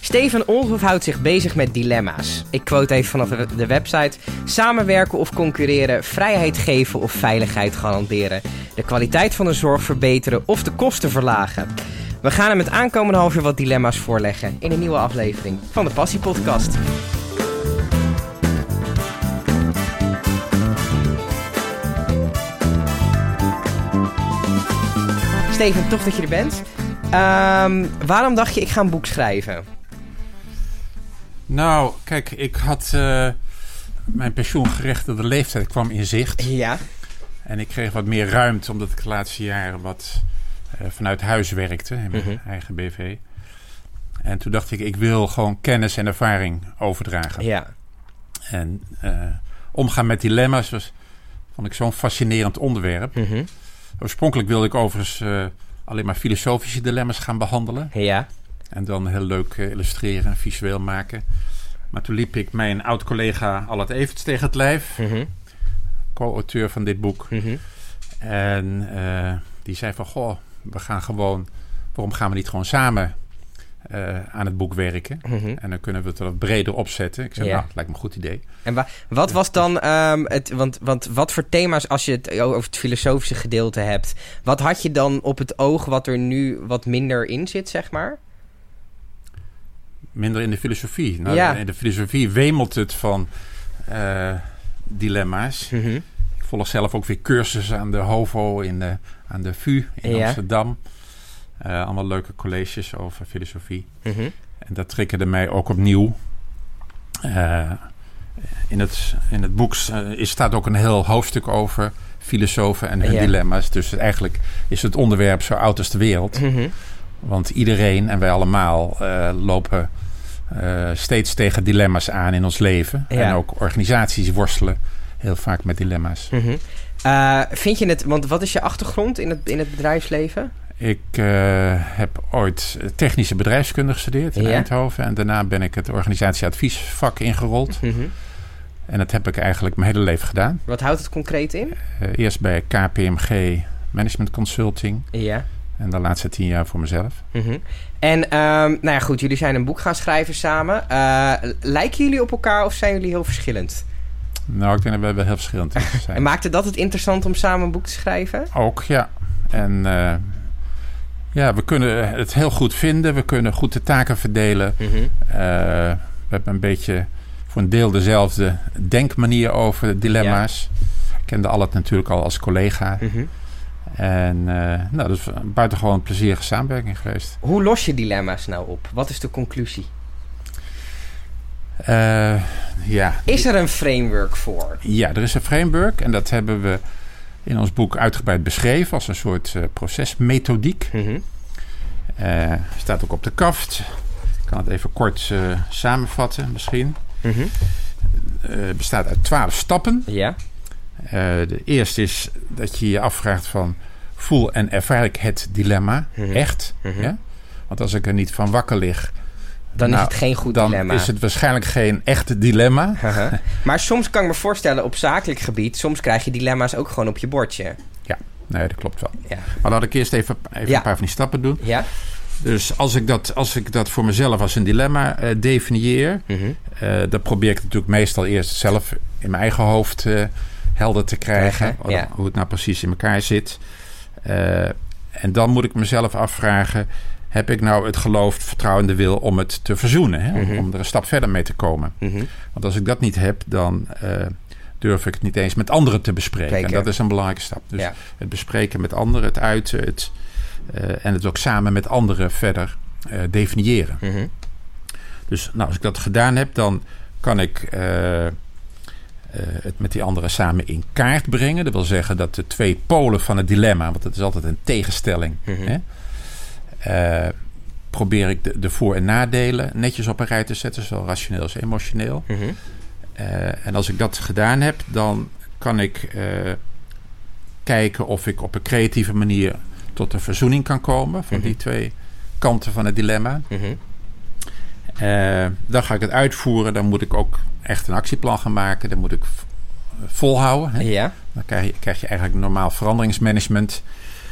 Steven Olhoff houdt zich bezig met dilemma's. Ik quote even vanaf de website. Samenwerken of concurreren, vrijheid geven of veiligheid garanderen. De kwaliteit van de zorg verbeteren of de kosten verlagen. We gaan hem het aankomende half uur wat dilemma's voorleggen in een nieuwe aflevering van de Passie Podcast. Steven, tof dat je er bent. Waarom dacht je, ik ga een boek schrijven? Nou, kijk, ik had mijn pensioengerechtigde leeftijd kwam in zicht. Ja. En ik kreeg wat meer ruimte, omdat ik de laatste jaren wat vanuit huis werkte. In mijn eigen BV. En toen dacht ik wil gewoon kennis en ervaring overdragen. Ja. En omgaan met dilemma's vond ik zo'n fascinerend onderwerp. Mm-hmm. Oorspronkelijk wilde ik overigens alleen maar filosofische dilemma's gaan behandelen. Ja. En dan heel leuk illustreren en visueel maken. Maar toen liep ik mijn oud-collega Allard Everts tegen het lijf. Mm-hmm. Co-auteur van dit boek. Mm-hmm. En die zei van, we gaan gewoon... Waarom gaan we niet gewoon samen aan het boek werken? Mm-hmm. En dan kunnen we het er wat breder opzetten. Ik zei, het lijkt me een goed idee. En wat was dan want wat voor thema's, als je het over het filosofische gedeelte hebt, wat had je dan op het oog wat er nu wat minder in zit, zeg maar? Minder in de filosofie. Nou, ja. In de filosofie wemelt het van dilemma's. Mm-hmm. Ik volg zelf ook weer cursussen aan de HOVO, aan de VU in Amsterdam. Allemaal leuke colleges over filosofie. Mm-hmm. En dat triggerde mij ook opnieuw. In het boek staat ook een heel hoofdstuk over filosofen en hun dilemma's. Dus eigenlijk is het onderwerp zo oud als de wereld. Mm-hmm. Want iedereen en wij allemaal lopen steeds tegen dilemma's aan in ons leven. Ja. En ook organisaties worstelen heel vaak met dilemma's. Mm-hmm. Vind je het, want wat is je achtergrond in het bedrijfsleven? Ik heb ooit technische bedrijfskunde gestudeerd in Eindhoven. En daarna ben ik het organisatieadviesvak ingerold. Mm-hmm. En dat heb ik eigenlijk mijn hele leven gedaan. Wat houdt het concreet in? Eerst bij KPMG Management Consulting. Ja. En de laatste 10 jaar voor mezelf. Mm-hmm. En goed, jullie zijn een boek gaan schrijven samen. Lijken jullie op elkaar of zijn jullie heel verschillend? Nou, ik denk dat we wel heel verschillend zijn. En maakte dat het interessant om samen een boek te schrijven? Ook, ja. En we kunnen het heel goed vinden. We kunnen goed de taken verdelen. Mm-hmm. We hebben een beetje voor een deel dezelfde denkmanier over dilemma's. Ik kende Allard natuurlijk al als collega. Mm-hmm. En dat is een buitengewoon plezierige samenwerking geweest. Hoe los je dilemma's nou op? Wat is de conclusie? Is er een framework voor? Ja, er is een framework. En dat hebben we in ons boek uitgebreid beschreven als een soort procesmethodiek. Mm-hmm. Staat ook op de kaft. Ik kan het even kort samenvatten misschien. Mm-hmm. Bestaat uit 12 stappen. Ja. De eerste is dat je je afvraagt van... voel en ervaar ik het dilemma echt? Mm-hmm. Ja? Want als ik er niet van wakker lig... Dan is het geen goed dilemma. Dan is het waarschijnlijk geen echt dilemma. Uh-huh. Maar soms kan ik me voorstellen op zakelijk gebied... soms krijg je dilemma's ook gewoon op je bordje. Ja, nee, dat klopt wel. Ja. Maar laat ik eerst even een paar van die stappen doen. Ja. Dus als ik dat voor mezelf als een dilemma definieer... Mm-hmm. Dan probeer ik natuurlijk meestal eerst zelf in mijn eigen hoofd... helder te krijgen. Hoe het nou precies in elkaar zit. En dan moet ik mezelf afvragen... heb ik nou het geloof, vertrouwen en de wil om het te verzoenen? Hè? Mm-hmm. Om er een stap verder mee te komen. Mm-hmm. Want als ik dat niet heb, dan durf ik het niet eens met anderen te bespreken. En dat is een belangrijke stap. Dus het bespreken met anderen, het uiten... en het ook samen met anderen verder definiëren. Mm-hmm. Dus als ik dat gedaan heb, dan kan ik... het met die anderen samen in kaart brengen. Dat wil zeggen dat de twee polen van het dilemma... want dat is altijd een tegenstelling... Mm-hmm. probeer ik de voor- en nadelen netjes op een rij te zetten... zowel rationeel als emotioneel. Mm-hmm. En als ik dat gedaan heb... dan kan ik kijken of ik op een creatieve manier... tot een verzoening kan komen... van die twee kanten van het dilemma. Mm-hmm. Dan ga ik het uitvoeren. Dan moet ik ook echt een actieplan gaan maken. Dan moet ik volhouden. Hè? Ja. Dan krijg je eigenlijk normaal veranderingsmanagement.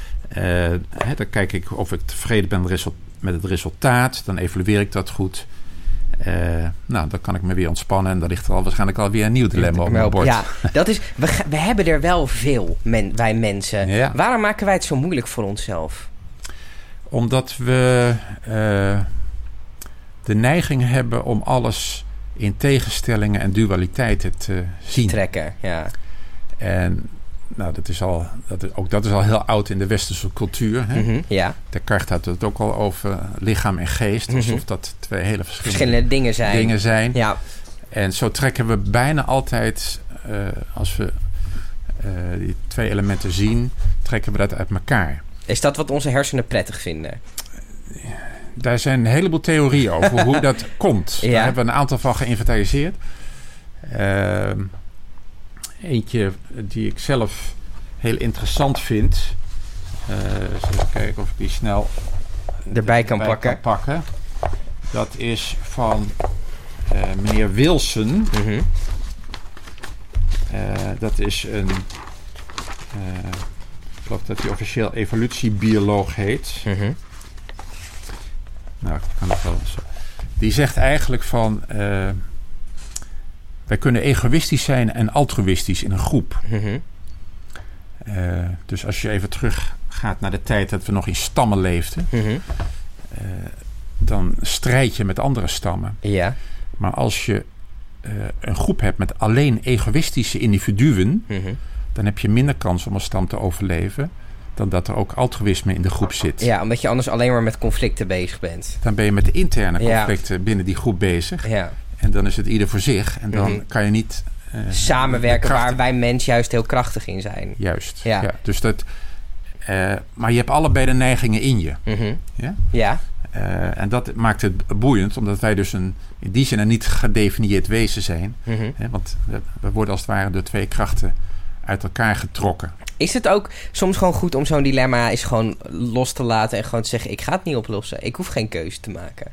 Dan kijk ik of ik tevreden ben met het resultaat. Dan evalueer ik dat goed. Dan kan ik me weer ontspannen. En dan ligt er waarschijnlijk alweer een nieuw dilemma op mijn bord. Ja, dat is, we hebben er wel veel, wij mensen. Ja. Waarom maken wij het zo moeilijk voor onszelf? Omdat we de neiging hebben om alles in tegenstellingen en dualiteiten te zien. Trekken, ja. En dat is al heel oud in de westerse cultuur. Hè? Mm-hmm, ja. Descartes had het ook al over lichaam en geest. Mm-hmm. Alsof dat twee hele verschillende dingen zijn. Ja. En zo trekken we bijna altijd, als we die twee elementen zien, trekken we dat uit elkaar. Is dat wat onze hersenen prettig vinden? Daar zijn een heleboel theorieën over hoe dat komt. Ja. Daar hebben we een aantal van geïnventariseerd. Eentje die ik zelf heel interessant vind. Even kijken of ik die snel erbij kan pakken. Dat is van meneer Wilson. Mm-hmm. Dat is een... ik geloof dat hij officieel evolutiebioloog heet. Mm-hmm. Nou, ik kan het wel zo. Die zegt eigenlijk van... wij kunnen egoïstisch zijn en altruïstisch in een groep. Mm-hmm. Dus als je even terug gaat naar de tijd dat we nog in stammen leefden... Mm-hmm. Dan strijd je met andere stammen. Ja. Maar als je een groep hebt met alleen egoïstische individuen... Mm-hmm. dan heb je minder kans om een stam te overleven... dan dat er ook altruïsme in de groep zit. Ja, omdat je anders alleen maar met conflicten bezig bent. Dan ben je met de interne conflicten binnen die groep bezig. Ja. En dan is het ieder voor zich. En dan kan je niet... samenwerken waar wij mens juist heel krachtig in zijn. Juist, ja. Dus dat... maar je hebt allebei de neigingen in je. Mm-hmm. Ja? Ja. En dat maakt het boeiend, omdat wij dus in die zin een niet gedefinieerd wezen zijn. Mm-hmm. Want we worden als het ware door twee krachten uit elkaar getrokken. Is het ook soms gewoon goed om zo'n dilemma eens gewoon los te laten en gewoon te zeggen, ik ga het niet oplossen. Ik hoef geen keuze te maken.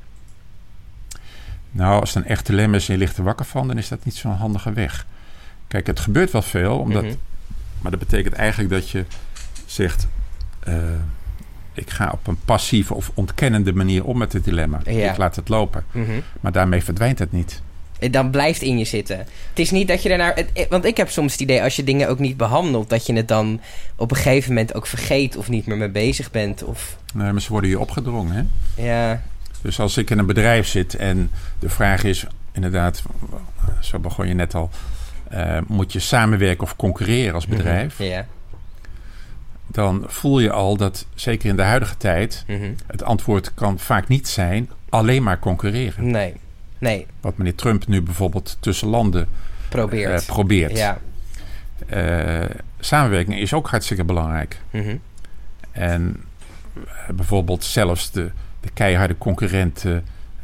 Nou, als het een echt dilemma is en je ligt er wakker van, dan is dat niet zo'n handige weg. Kijk, het gebeurt wel veel, omdat, maar dat betekent eigenlijk dat je zegt, ik ga op een passieve of ontkennende manier om met het dilemma. Ja. Ik laat het lopen. Mm-hmm. Maar daarmee verdwijnt het niet. Dan blijft in je zitten. Het is niet dat je daarnaar... Want ik heb soms het idee, als je dingen ook niet behandelt, dat je het dan op een gegeven moment ook vergeet of niet meer mee bezig bent. Of... Nee, maar ze worden je opgedrongen, hè? Ja. Dus als ik in een bedrijf zit en de vraag is, inderdaad, zo begon je net al, moet je samenwerken of concurreren als bedrijf? Mm-hmm. Yeah. Dan voel je al dat, zeker in de huidige tijd, het antwoord kan vaak niet zijn alleen maar concurreren. Nee. Wat meneer Trump nu bijvoorbeeld tussen landen probeert. Ja. Samenwerking is ook hartstikke belangrijk. Mm-hmm. En bijvoorbeeld zelfs de keiharde concurrenten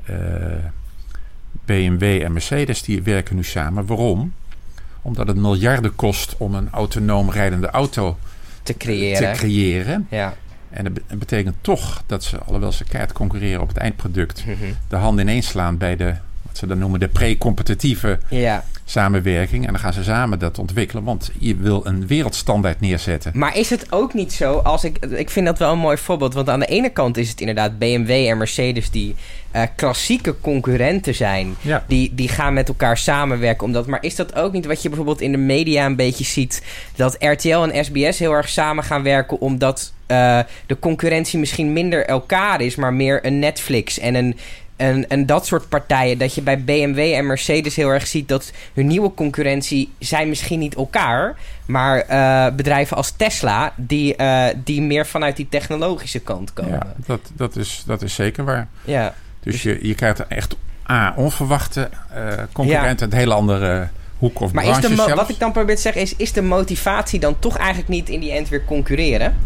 BMW en Mercedes, die werken nu samen. Waarom? Omdat het miljarden kost om een autonoom rijdende auto te creëren. Ja. En dat betekent toch dat ze, alhoewel ze keihard concurreren op het eindproduct, de handen ineens slaan bij de, wat ze dan noemen, de pre-competitieve samenwerking. En dan gaan ze samen dat ontwikkelen, want je wil een wereldstandaard neerzetten. Maar is het ook niet zo, als ik vind dat wel een mooi voorbeeld, want aan de ene kant is het inderdaad BMW en Mercedes die klassieke concurrenten zijn. Ja. Die gaan met elkaar samenwerken. Maar is dat ook niet wat je bijvoorbeeld in de media een beetje ziet, dat RTL en SBS heel erg samen gaan werken omdat de concurrentie misschien minder elkaar is, maar meer een Netflix en dat soort partijen. Dat je bij BMW en Mercedes heel erg ziet dat hun nieuwe concurrentie zijn misschien niet elkaar, maar bedrijven als Tesla die meer vanuit die technologische kant komen. Ja, dat is zeker waar. Ja. Dus je krijgt echt onverwachte concurrenten, een hele andere hoek of branche. Maar wat ik dan probeer te zeggen is de motivatie dan toch eigenlijk niet in die end weer concurreren?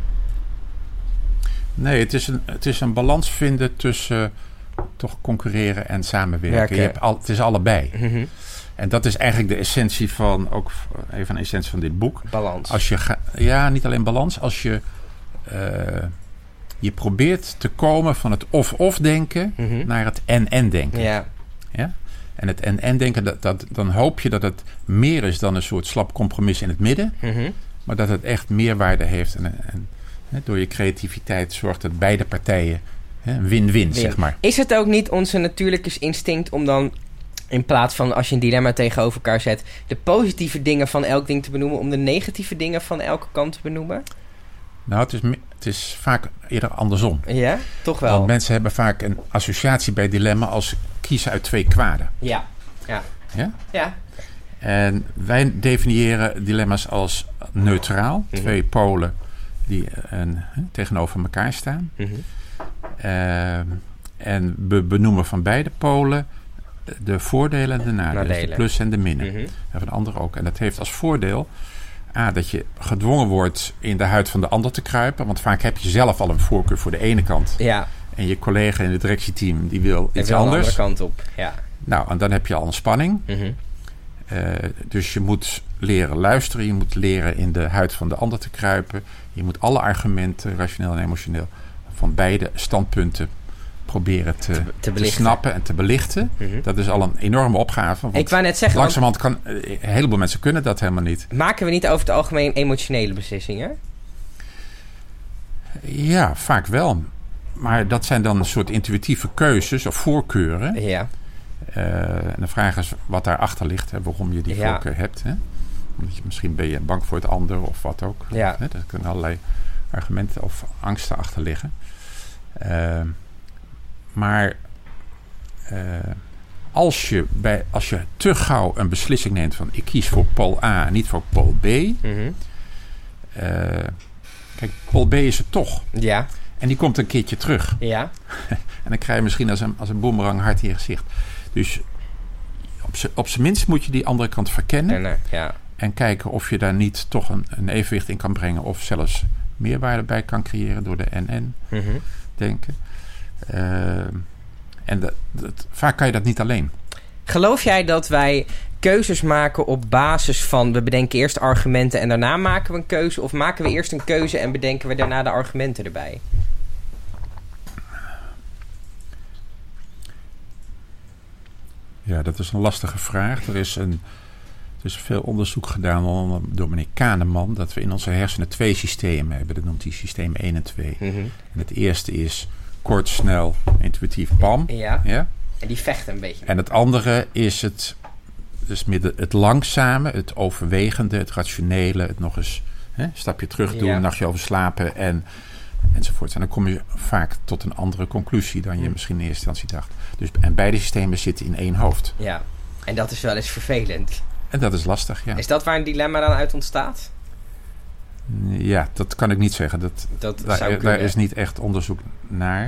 Nee, het is een balans vinden tussen toch concurreren en samenwerken. Het is allebei. Mm-hmm. En dat is eigenlijk de essentie van, ook even een essentie van dit boek. Balans. Als je niet alleen balans. Als je probeert te komen van het of-of denken naar het en-en denken. Ja. Ja? En het en-en denken, dan hoop je dat het meer is dan een soort slap compromis in het midden. Mm-hmm. Maar dat het echt meerwaarde heeft. En door je creativiteit zorgt dat beide partijen Een win-win, zeg maar. Is het ook niet onze natuurlijke instinct om dan, in plaats van als je een dilemma tegenover elkaar zet, de positieve dingen van elk ding te benoemen, om de negatieve dingen van elke kant te benoemen? Nou, het is vaak eerder andersom. Ja, toch wel. Want mensen hebben vaak een associatie bij dilemma als kiezen uit 2 kwaden. Ja. En wij definiëren dilemma's als neutraal. 2 polen die tegenover elkaar staan. En we benoemen van beide polen de voordelen en de nadelen. Dus de plus en de minnen. En van de ander ook. En dat heeft als voordeel dat je gedwongen wordt in de huid van de ander te kruipen. Want vaak heb je zelf al een voorkeur voor de ene kant. Ja. En je collega in het directieteam die wil iets anders. De andere kant op. Ja. Nou, en dan heb je al een spanning. Dus je moet leren luisteren. Je moet leren in de huid van de ander te kruipen. Je moet alle argumenten, rationeel en emotioneel, van beide standpunten proberen te snappen en te belichten. Dat is al een enorme opgave. Want ik wou net zeggen, langzamerhand een heleboel mensen kunnen dat helemaal niet. Maken we niet over het algemeen emotionele beslissingen? Ja, vaak wel. Maar dat zijn dan een soort intuïtieve keuzes of voorkeuren. Ja. En de vraag is wat daarachter ligt. Hè, waarom je die voorkeur hebt. Hè? Misschien ben je bang voor het ander of wat ook. Ja. Hè? Er kunnen allerlei argumenten of angsten achter liggen. Maar als je te gauw een beslissing neemt van ik kies voor Pool A en niet voor Pool B. Kijk, Pool B is het toch. Ja. En die komt een keertje terug. Ja. En dan krijg je misschien als een boemerang hard in je gezicht. Dus op zijn minst moet je die andere kant verkennen. En kijken of je daar niet toch een evenwicht in kan brengen. Of zelfs meerwaarde bij kan creëren door de NN denken. En vaak kan je dat niet alleen. Geloof jij dat wij keuzes maken op basis van we bedenken eerst argumenten en daarna maken we een keuze? Of maken we eerst een keuze en bedenken we daarna de argumenten erbij? Ja, dat is een lastige vraag. Er is veel onderzoek gedaan door meneer Kahneman dat we in onze hersenen 2 systemen hebben. Dat noemt hij systeem 1 en 2. En het eerste is kort, snel, intuïtief, bam. Ja. En die vechten een beetje. En het andere is het langzame, het overwegende, het rationele, het nog eens een stapje terug doen, een nachtje over slapen enzovoort. En dan kom je vaak tot een andere conclusie dan je misschien in eerste instantie dacht. En beide systemen zitten in 1 hoofd. Ja, en dat is wel eens vervelend. En dat is lastig, ja. Is dat waar een dilemma dan uit ontstaat? Ja, dat kan ik niet zeggen. Daar is niet echt onderzoek naar.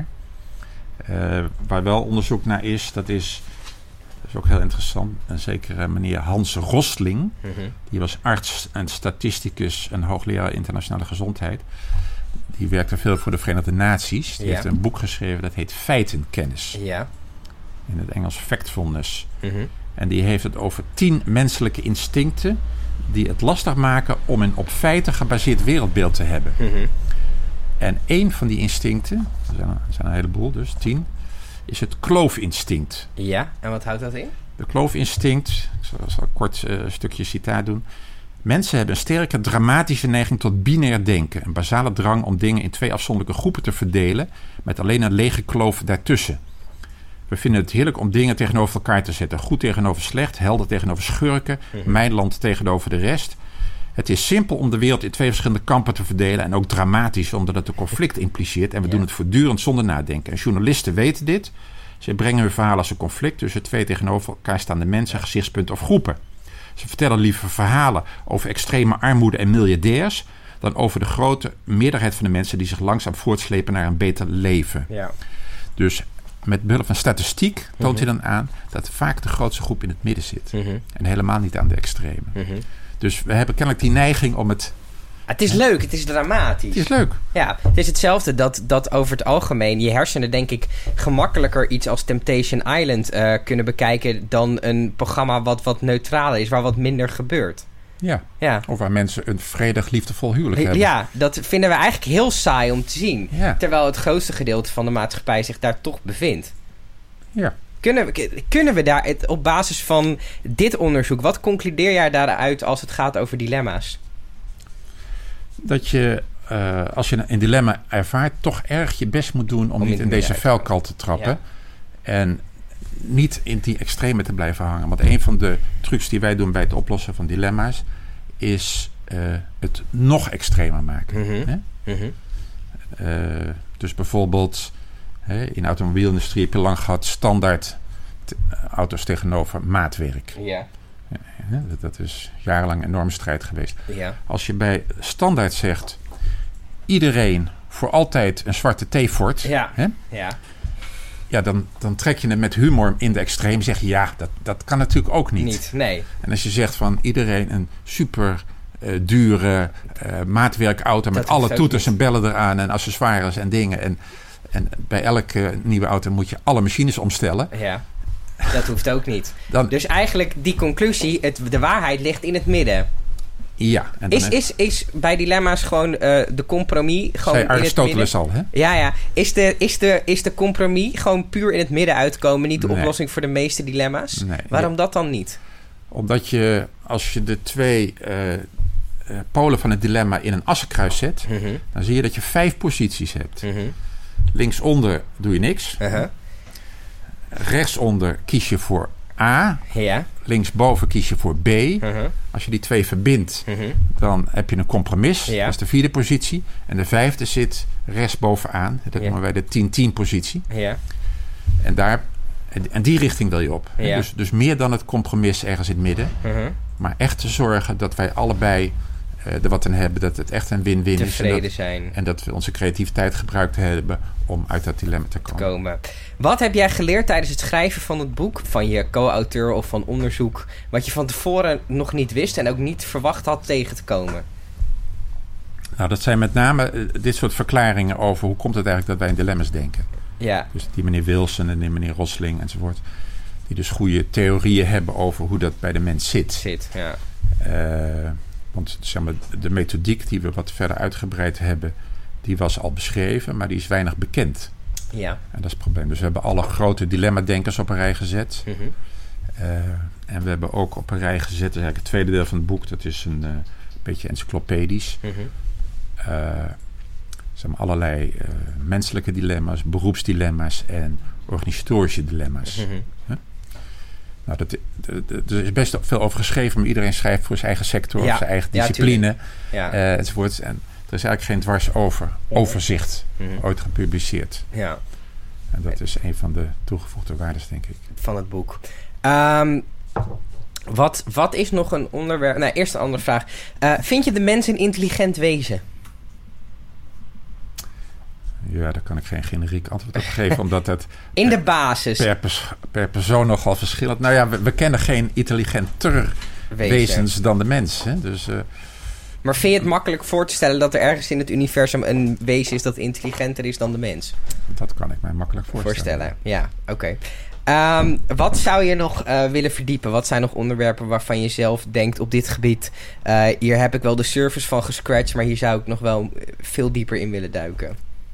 Waar wel onderzoek naar is, dat is ook heel interessant. Een zekere meneer Hans Rosling. Die was arts en statisticus en hoogleraar internationale gezondheid. Die werkte veel voor de Verenigde Naties. Die heeft een boek geschreven dat heet Feitenkennis. Ja. In het Engels Factfulness. En die heeft het over 10 menselijke instincten die het lastig maken om een op feiten gebaseerd wereldbeeld te hebben. En 1 van die instincten, er zijn een heleboel, dus 10, is het kloofinstinct. Ja, en wat houdt dat in? De kloofinstinct, ik zal een kort stukje citaat doen. Mensen hebben een sterke dramatische neiging tot binair denken. Een basale drang om dingen in 2 afzonderlijke groepen te verdelen, met alleen een lege kloof daartussen. We vinden het heerlijk om dingen tegenover elkaar te zetten. Goed tegenover slecht, helder tegenover schurken, mijn land tegenover de rest. Het is simpel om de wereld in 2 verschillende kampen te verdelen en ook dramatisch omdat het een conflict impliceert. En we doen het voortdurend zonder nadenken. En journalisten weten dit. Ze brengen hun verhaal als een conflict tussen 2 tegenover elkaar staande mensen, gezichtspunten of groepen. Ze vertellen liever verhalen over extreme armoede en miljardairs dan over de grote meerderheid van de mensen die zich langzaam voortslepen naar een beter leven. Ja. Dus met behulp van statistiek toont hij dan aan dat vaak de grootste groep in het midden zit. En helemaal niet aan de extreme. Dus we hebben kennelijk die neiging om het... Het is leuk, het is dramatisch. Het is leuk. Ja, het is hetzelfde dat over het algemeen je hersenen denk ik gemakkelijker iets als Temptation Island kunnen bekijken dan een programma wat neutraler is, waar wat minder gebeurt. Ja. Of waar mensen een vredig, liefdevol huwelijk hebben. Ja, dat vinden we eigenlijk heel saai om te zien. Ja. Terwijl het grootste gedeelte van de maatschappij zich daar toch bevindt. Ja. Kunnen we daar op basis van dit onderzoek, wat concludeer jij daaruit als het gaat over dilemma's? Dat je als je een dilemma ervaart, toch erg je best moet doen om niet in deze vuilkal te trappen. Ja. En niet in die extreme te blijven hangen. Want een van de trucs die wij doen bij het oplossen van dilemma's is het nog extremer maken. Mm-hmm. Mm-hmm. Dus bijvoorbeeld in de automobielindustrie heb je lang gehad standaard auto's tegenover maatwerk. Ja. Dat is jarenlang een enorme strijd geweest. Ja. Als je bij standaard zegt, iedereen voor altijd een zwarte T-Ford. Ja. Ja, dan trek je het met humor in de extreem. Zeg je, dat kan natuurlijk ook niet. Nee. En als je zegt van iedereen een super dure maatwerkauto met alle toeters en bellen eraan en accessoires en dingen. En bij elke nieuwe auto moet je alle machines omstellen. Ja. Dat hoeft ook niet. Dus eigenlijk die conclusie, de waarheid ligt in het midden. Ja. En is bij dilemma's gewoon de compromis gewoon in Aristoteles het midden? Al, hè? Ja. Is de compromis gewoon puur in het midden uitkomen, niet de oplossing voor de meeste dilemma's? Nee. Waarom dat dan niet? Omdat als je de twee polen van het dilemma in een assenkruis zet, Mm-hmm. dan zie je dat je 5 posities hebt. Mm-hmm. Linksonder doe je niks. Uh-huh. Rechtsonder kies je voor A. Ja. Linksboven kies je voor B. Uh-huh. Als je die 2 verbindt, Mm-hmm. dan heb je een compromis. Ja. Dat is de 4e positie. En de 5e zit rechtsbovenaan. Dat noemen wij de 10-10 positie. Ja. En die richting wil je op. Ja. Dus meer dan het compromis ergens in het midden. Uh-huh. Maar echt te zorgen dat wij allebei er wat aan hebben. Dat het echt een win-win is. Tevreden zijn. En dat we onze creativiteit gebruikt hebben om uit dat dilemma te komen. Wat heb jij geleerd tijdens het schrijven van het boek? Van je co-auteur of van onderzoek? Wat je van tevoren nog niet wist en ook niet verwacht had tegen te komen? Nou, dat zijn met name dit soort verklaringen over hoe komt het eigenlijk dat wij in dilemma's denken. Ja. Dus die meneer Wilson en die meneer Rosling enzovoort. Die dus goede theorieën hebben over hoe dat bij de mens zit. Ja. Want zeg maar, de methodiek die we wat verder uitgebreid hebben, die was al beschreven, maar die is weinig bekend. Ja. En dat is het probleem. Dus we hebben alle grote dilemma-denkers op een rij gezet. Mm-hmm. En we hebben ook op een rij gezet, dat is eigenlijk het tweede deel van het boek, dat is een beetje encyclopedisch. Mm-hmm. Zeg maar allerlei menselijke dilemma's, beroepsdilemma's en organisatorische dilemma's. Mm-hmm. Nou, er is best veel over geschreven, maar iedereen schrijft voor zijn eigen sector of zijn eigen discipline enzovoort. En er is eigenlijk geen dwars overzicht ooit gepubliceerd. Ja. En dat is een van de toegevoegde waardes, denk ik. Van het boek. Wat is nog een onderwerp? Nou, eerst een andere vraag. Vind je de mens een intelligent wezen? Ja, daar kan ik geen generiek antwoord op geven, omdat het in de basis per persoon nogal verschillend. Nou ja, we kennen geen intelligenter wezens dan de mens. Hè? Dus, maar vind je het makkelijk voor te stellen dat er ergens in het universum een wezen is dat intelligenter is dan de mens? Dat kan ik mij makkelijk voorstellen. Ja, oké. Wat zou je nog willen verdiepen? Wat zijn nog onderwerpen waarvan je zelf denkt op dit gebied? Hier heb ik wel de service van gescratcht, maar hier zou ik nog wel veel dieper in willen duiken.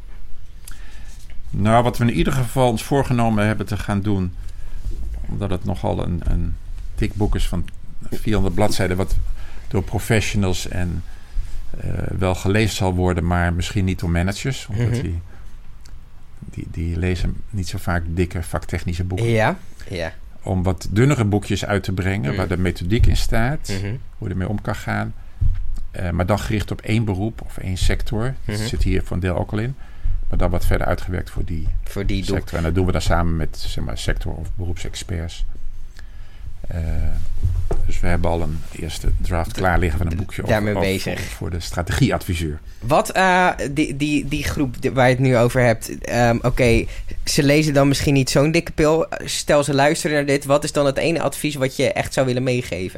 Nou, wat we in ieder geval ons voorgenomen hebben te gaan doen, omdat het nogal een dik boek is van 400 bladzijden, wat door professionals en wel gelezen zal worden, maar misschien niet door managers, omdat die lezen niet zo vaak dikke vaktechnische boeken. Ja. Om wat dunnere boekjes uit te brengen, waar de methodiek in staat, hoe je ermee om kan gaan, maar dan gericht op één beroep of één sector. Dat zit hier voor een deel ook al in. Maar dan wat verder uitgewerkt voor die sector. En dat doen we dan samen met sector- of beroepsexperts. Dus we hebben al een eerste draft klaar liggen van een boekje voor de strategieadviseur. Wat die groep waar je het nu over hebt, oké, ze lezen dan misschien niet zo'n dikke pil. Stel ze luisteren naar dit, wat is dan het ene advies wat je echt zou willen meegeven?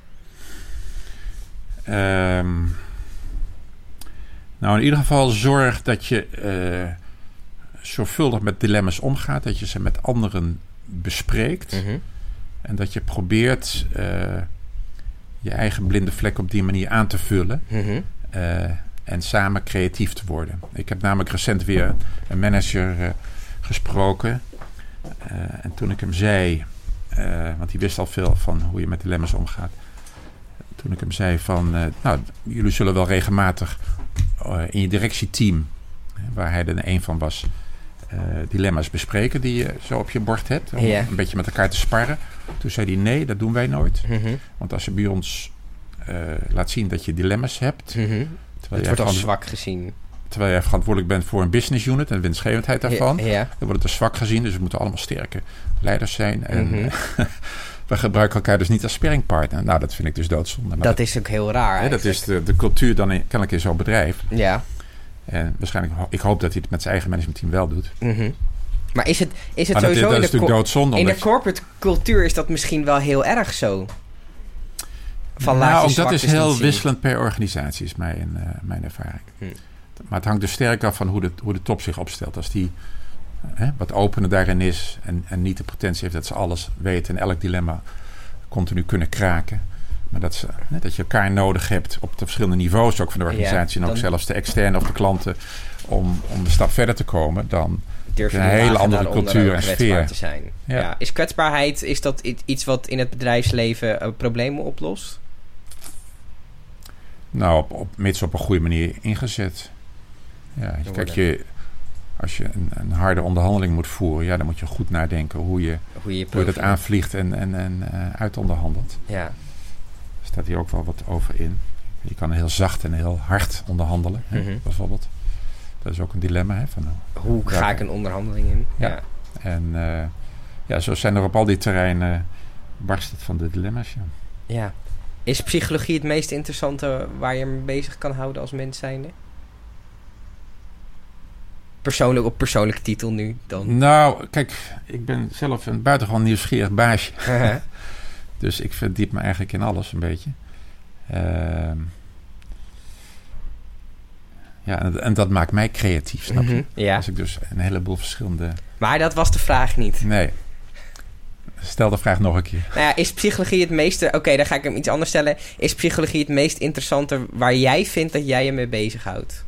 Nou, in ieder geval zorg dat je zorgvuldig met dilemma's omgaat. Dat je ze met anderen bespreekt. En dat je probeert je eigen blinde vlek op die manier aan te vullen. En samen creatief te worden. Ik heb namelijk recent weer een manager gesproken. En toen ik hem zei, want die wist al veel van hoe je met dilemma's omgaat. Toen ik hem zei van, nou, jullie zullen wel regelmatig in je directieteam, waar hij er een van was, dilemma's bespreken die je zo op je bord hebt. Om een beetje met elkaar te sparren. Toen zei hij, nee, dat doen wij nooit. Mm-hmm. Want als je bij ons laat zien dat je dilemma's hebt... Mm-hmm. Het wordt als zwak gezien. Terwijl jij verantwoordelijk bent voor een business unit en de winstgevendheid daarvan. Dan wordt het als zwak gezien. Dus we moeten allemaal sterke leiders zijn. En we gebruiken elkaar dus niet als sparringpartner. Nou, dat vind ik dus doodzonde. Maar dat is ook heel raar. Dat is de cultuur dan kennelijk in zo'n bedrijf. Ja. En waarschijnlijk, ik hoop dat hij het met zijn eigen managementteam wel doet. Mm-hmm. Maar is het maar sowieso dat is natuurlijk doodzonde. In de corporate cultuur is dat misschien wel heel erg zo? Ook dat is heel wisselend per organisatie, is mijn ervaring. Maar het hangt dus sterk af van hoe de top zich opstelt. Als die wat opener daarin is en niet de potentie heeft dat ze alles weten en elk dilemma continu kunnen kraken. Maar dat je elkaar nodig hebt op de verschillende niveaus ook van de organisatie. En ook zelfs de externe of de klanten om een stap verder te komen. Dan durf je een hele andere cultuur en sfeer te zijn. Ja. Is kwetsbaarheid, is dat iets wat in het bedrijfsleven problemen oplost? Nou, mits op een goede manier ingezet. Ja, kijk, als je een harde onderhandeling moet voeren, dan moet je goed nadenken hoe je dat aanvliegt en uitonderhandelt. Ja. Daar staat hier ook wel wat over in. Je kan heel zacht en heel hard onderhandelen, bijvoorbeeld. Dat is ook een dilemma. Hoe ga ik een onderhandeling in? Ja. En zo zijn er op al die terreinen barst het van de dilemma's. Ja. Is psychologie het meest interessante waar je mee bezig kan houden als mens zijnde? Persoonlijk op persoonlijke titel nu dan? Nou, kijk, ik ben zelf een buitengewoon nieuwsgierig baasje. Dus ik verdiep me eigenlijk in alles een beetje. En dat maakt mij creatief, snap je? Ja. Als ik dus een heleboel verschillende... Maar dat was de vraag niet. Nee. Stel de vraag nog een keer. Nou ja, is psychologie het meeste... Oké, dan ga ik hem iets anders stellen. Is psychologie het meest interessante waar jij vindt dat jij je mee bezighoudt?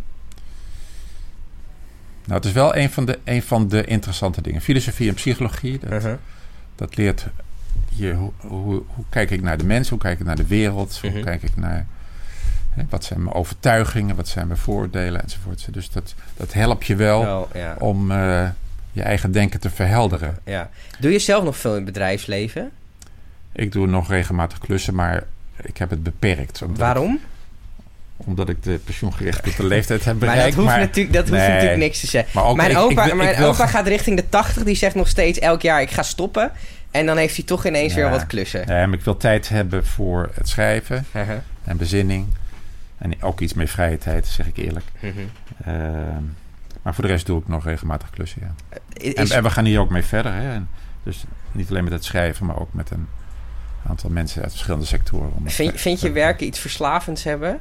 Nou, het is wel een van de interessante dingen. Filosofie en psychologie, dat leert je... Hoe kijk ik naar de mens? Hoe kijk ik naar de wereld? Hoe kijk ik naar... wat zijn mijn overtuigingen? Wat zijn mijn vooroordelen? Enzovoort. Dus dat helpt je wel om... je eigen denken te verhelderen. Ja. Doe je zelf nog veel in het bedrijfsleven? Ik doe nog regelmatig klussen, maar ik heb het beperkt. Waarom? Omdat ik de pensioengerechtigde leeftijd heb bereikt. Maar dat hoeft natuurlijk niks te zeggen. Maar ook, mijn opa gaat richting de 80. Die zegt nog steeds elk jaar ik ga stoppen. En dan heeft hij toch ineens weer wat klussen. Ja, maar ik wil tijd hebben voor het schrijven. En bezinning. En ook iets meer vrije tijd, zeg ik eerlijk. Maar voor de rest doe ik nog regelmatig klussen, ja. En we gaan hier ook mee verder. Hè? En dus niet alleen met het schrijven, maar ook met een aantal mensen uit verschillende sectoren. Vind je werken iets verslavends hebben?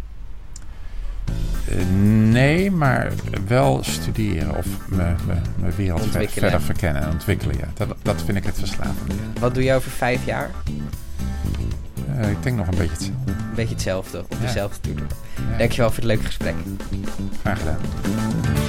Nee, maar wel studeren of mijn wereld verder verkennen en ontwikkelen. Ja. Dat vind ik het verslavende. Ja. Wat doe je over 5 jaar? Ik denk nog een beetje hetzelfde. Een beetje hetzelfde, op dezelfde toer. Ja. Dankjewel voor het leuke gesprek. Graag gedaan.